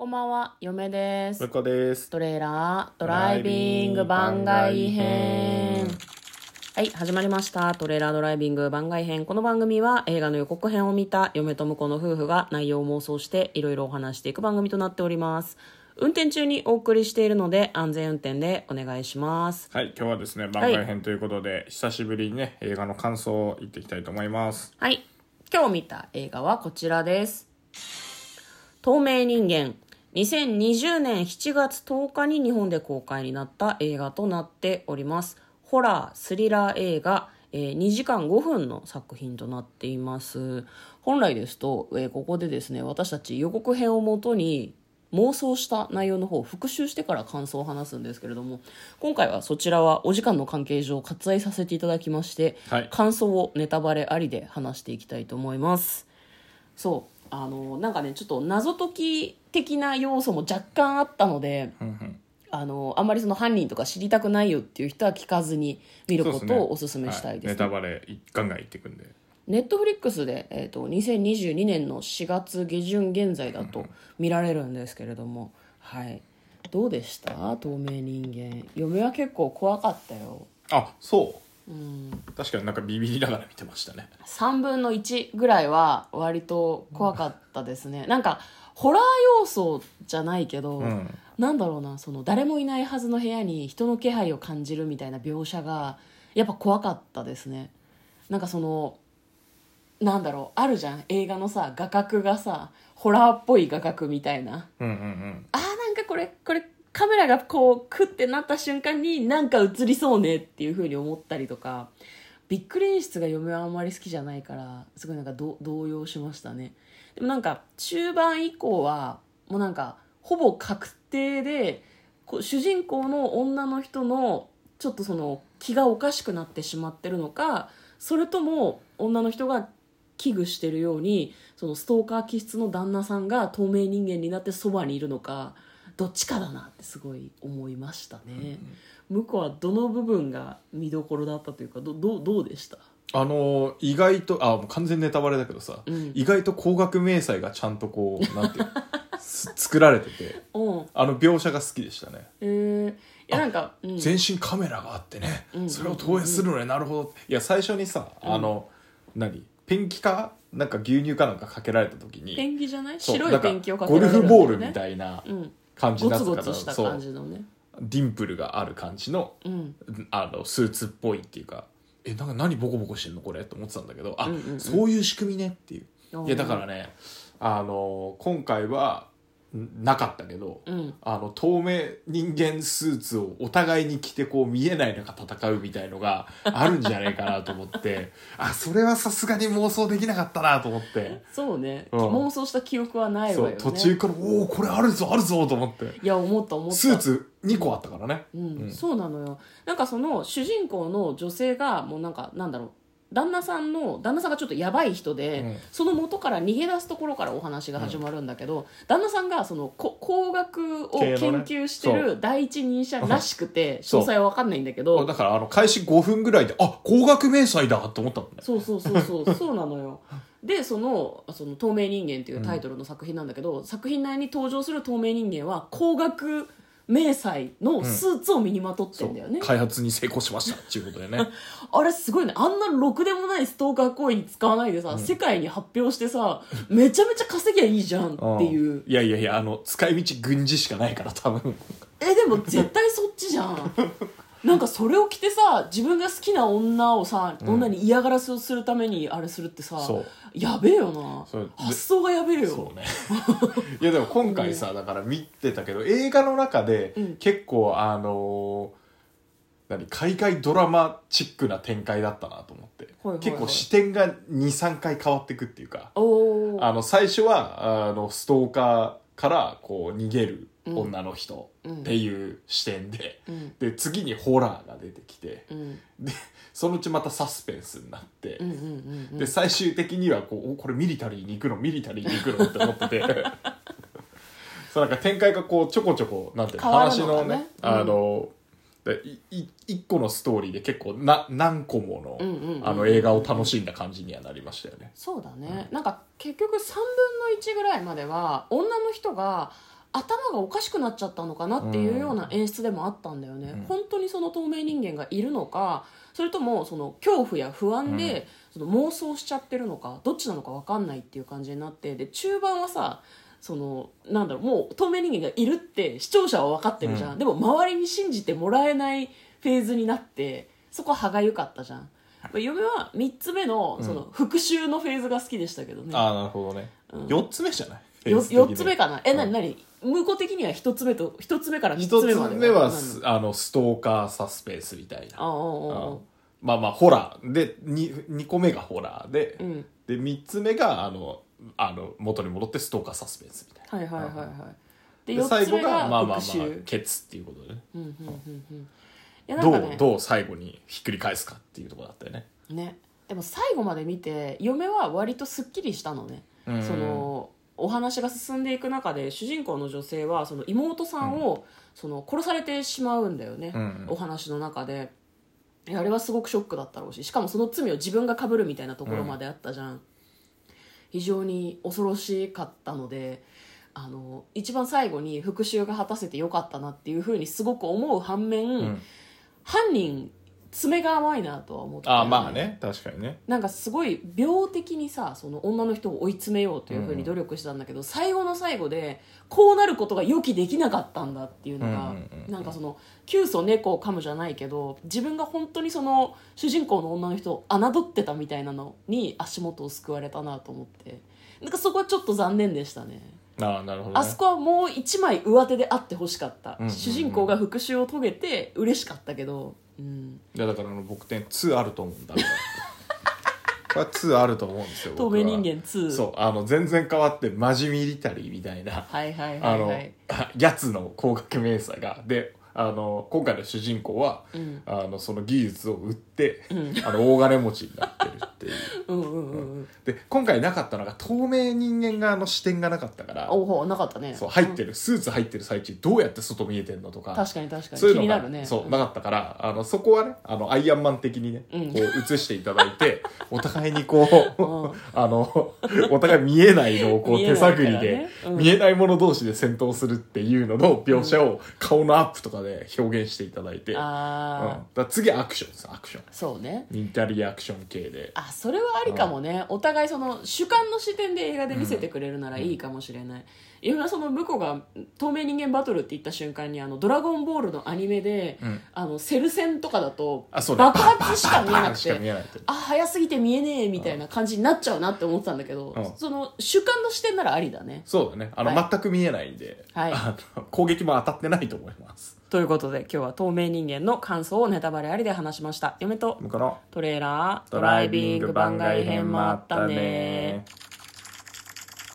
こんばんは、嫁です。 向こうです。 トレーラードライビング番外編。はい、始まりました。トレーラードライビング番外編。この番組は映画の予告編を見た嫁と婿の夫婦が内容を妄想していろいろお話していく番組となっております。運転中にお送りしているので安全運転でお願いします。 はい、今日はですね、番外編ということで、久しぶりにね、映画の感想を言っていきたいと思います。 はい、今日見た映画はこちらです。透明人間。2020年7月10日に日本で公開になった映画となっております。ホラー、スリラー映画、2時間5分の作品となっています。本来ですと、ここでですね、私たち予告編をもとに妄想した内容の方を復習してから感想を話すんですけれども、今回はそちらはお時間の関係上割愛させていただきまして、 はい、 感想をネタバレありで話していきたいと思います。そうなんかね、ちょっと謎解き的な要素も若干あったので、あんまりその犯人とか知りたくないよっていう人は聞かずに見ることをお勧めしたいですね。 ネタバレガンガン言っていくんで。 ネットフリックスで、2022年の4月下旬現在だと見られるんですけれども、はい、どうでした？透明人間。嫁は結構怖かったよ。 あ、そう、確かになんかビビりながら見てましたね。 3分の1ぐらいは割と怖かったですね。なんかホラー要素じゃないけど、なんだろうな、その誰もいないはずの部屋に人の気配を感じるみたいな描写がやっぱ怖かったですね。なんかそのなんだろう、あるじゃん、映画のさ画角がさホラーっぽい画角みたいな、なんかこれカメラがこうクッてなった瞬間になんか映りそうねっていう風に思ったりとか、びっくり演出が嫁はあんまり好きじゃないからすごいなんか動揺しましたね。でもなんか中盤以降はもうなんかほぼ確定で、主人公の女の人のちょっとその気がおかしくなってしまってるのか、それとも女の人が危惧してるようにそのストーカー気質の旦那さんが透明人間になってそばにいるのか、どっちかだなってすごい思いましたね。向こうはどの部分が見どころだったというか、どうでした？ 意外ともう完全ネタバレだけどさ、意外と高額明細がちゃんとこうなんていう作られてて、描写が好きでしたね。 いやなんか、 全身カメラがあってね、それを投影するのね、なるほど。いや最初にさ、ペンキかなんか牛乳かなんかかけられた時に、 ペンキじゃない？白いペンキをかけゴられるんだよね。 ルフボールみたいな感じになってたから、 ゴツゴツした感じのね、 ディンプルがある感じの、スーツっぽいっていうか、なんか何ボコボコしてんのこれと思ってたんだけど、そういう仕組みねっていう。いやだからね、今回はなかったけど、透明人間スーツをお互いに着てこう見えない中戦うみたいのがあるんじゃないかなと思ってそれはさすがに妄想できなかったなと思って。 そうね、妄想した記憶はないわよね。 途中からこれあるぞと思って。 いや思ったスーツ2個あったからね、 そうなのよ。なんかその主人公の女性がもうなんかなんだろう、旦那さんがちょっとやばい人で、その元から逃げ出すところからお話が始まるんだけど、旦那さんがその工学を研究してる第一人者らしくて、詳細は分かんないんだけど、 だから開始5分ぐらいで工学明細だと思ったもんね。 そうなのよ。でその透明人間っていうタイトルの作品なんだけど、作品内に登場する透明人間は工学迷彩のスーツを身にまとってんだよね、 開発に成功しましたっていうことでねあれすごいね。あんなろくでもないストーカー行為に使わないでさ、世界に発表してさ、めちゃめちゃ稼ぎゃいいじゃんっていう。 いや使い道軍事しかないから多分でも絶対そっちじゃんなんかそれを着てさ、自分が好きな女をさ、女に嫌がらせをするためにあれするってさ、やべえよな。発想がやべえよ。 そうねいやでも今回さ、だから見てたけど映画の中で結構海外ドラマチックな展開だったなと思って、結構視点が 2,3 回変わってくっていうか、最初はストーカーからこう逃げる女の人っていう視点で、で次にホラーが出てきて、でそのうちまたサスペンスになって、で最終的にはこれミリタリーに行くのって思っててそうなんか展開がこうちょこちょこなんていうの、話のね、一個のストーリーで結構何個もの映画を楽しんだ感じにはなりましたよね。 そうだね、なんか結局3分の1ぐらいまでは女の人が頭がおかしくなっちゃったのかなっていうような演出でもあったんだよね、本当にその透明人間がいるのか、それともその恐怖や不安でその妄想しちゃってるのか、どっちなのか分かんないっていう感じになって、で中盤はさ、そのなんだろう、もう透明人間がいるって視聴者は分かってるじゃん、でも周りに信じてもらえないフェーズになって、そこは歯がゆかったじゃん。嫁は3つ目のその復讐のフェーズが好きでしたけどね。 ああ、なるほどね、4つ目じゃない 4つ目かな。何向こう的には1つ目と1つ目から3つ目まで 1つ目はストーカーサスペンスみたいな、まあまあホラーで 2個目がホラーで、で3つ目が元に戻ってストーカーサスペンスみたいな、で4つ目がまあまあまあケツっていうことでね、どう最後にひっくり返すかっていうところだったよね。 ね、でも最後まで見て嫁は割とすっきりしたのね。そのお話が進んでいく中で主人公の女性はその妹さんをその殺されてしまうんだよね、お話の中で。あれはすごくショックだったろうし、しかもその罪を自分が被るみたいなところまであったじゃん、非常に恐ろしかったので、一番最後に復讐が果たせてよかったなっていうふうにすごく思う反面、犯人爪が甘いなとは思って、ね、 まあね、確かにね。 なんかすごい病的にさ、その女の人を追い詰めようというふうに努力したんだけど、最後の最後でこうなることが予期できなかったんだっていうのが、なんかその窮鼠猫を噛むじゃないけど、自分が本当にその主人公の女の人を侮ってたみたいなのに足元を救われたなと思って、なんかそこはちょっと残念でしたね。 なるほどね。 あそこはもう一枚上手であってほしかった、主人公が復讐を遂げて嬉しかったけど、 いやだから僕点2あると思うんだこれは2あると思うんですよ。 透明人間2。 そう全然変わってマジミリタリーみたいな、やつの高額明細がで、今回の主人公は、その技術を売って、大金持ちになってるっていうで今回なかったのが透明人間側の視点がなかったから、 なかったね。 そう入ってる、スーツ入ってる最中どうやって外見えてんのとか、 確かにそういうのが気になるね。 なかったからそこはねアイアンマン的にね、こう映していただいてお互いにこうお互い見えないのをこう手探りで見えないもの同士で戦闘するっていうのの描写を顔のアップとかで表現していただいて、だ次はアクションです。アクション、そうね、ミリタリーアクション系で、 それはありかもね、お互いその主観の視点で映画で見せてくれるならいいかもしれない。今その向こうが透明人間バトルって言った瞬間にドラゴンボールのアニメで、セル戦とかだと爆発しか見えなくて早すぎて見えねえみたいな感じになっちゃうなって思ってたんだけど、その主観の視点ならありだね。 そうだね、全く見えないんで、攻撃も当たってないと思います。 ということで今日は透明人間の感想をネタバレありで話しました。嫁とトレーラードライビング番外編もあったね。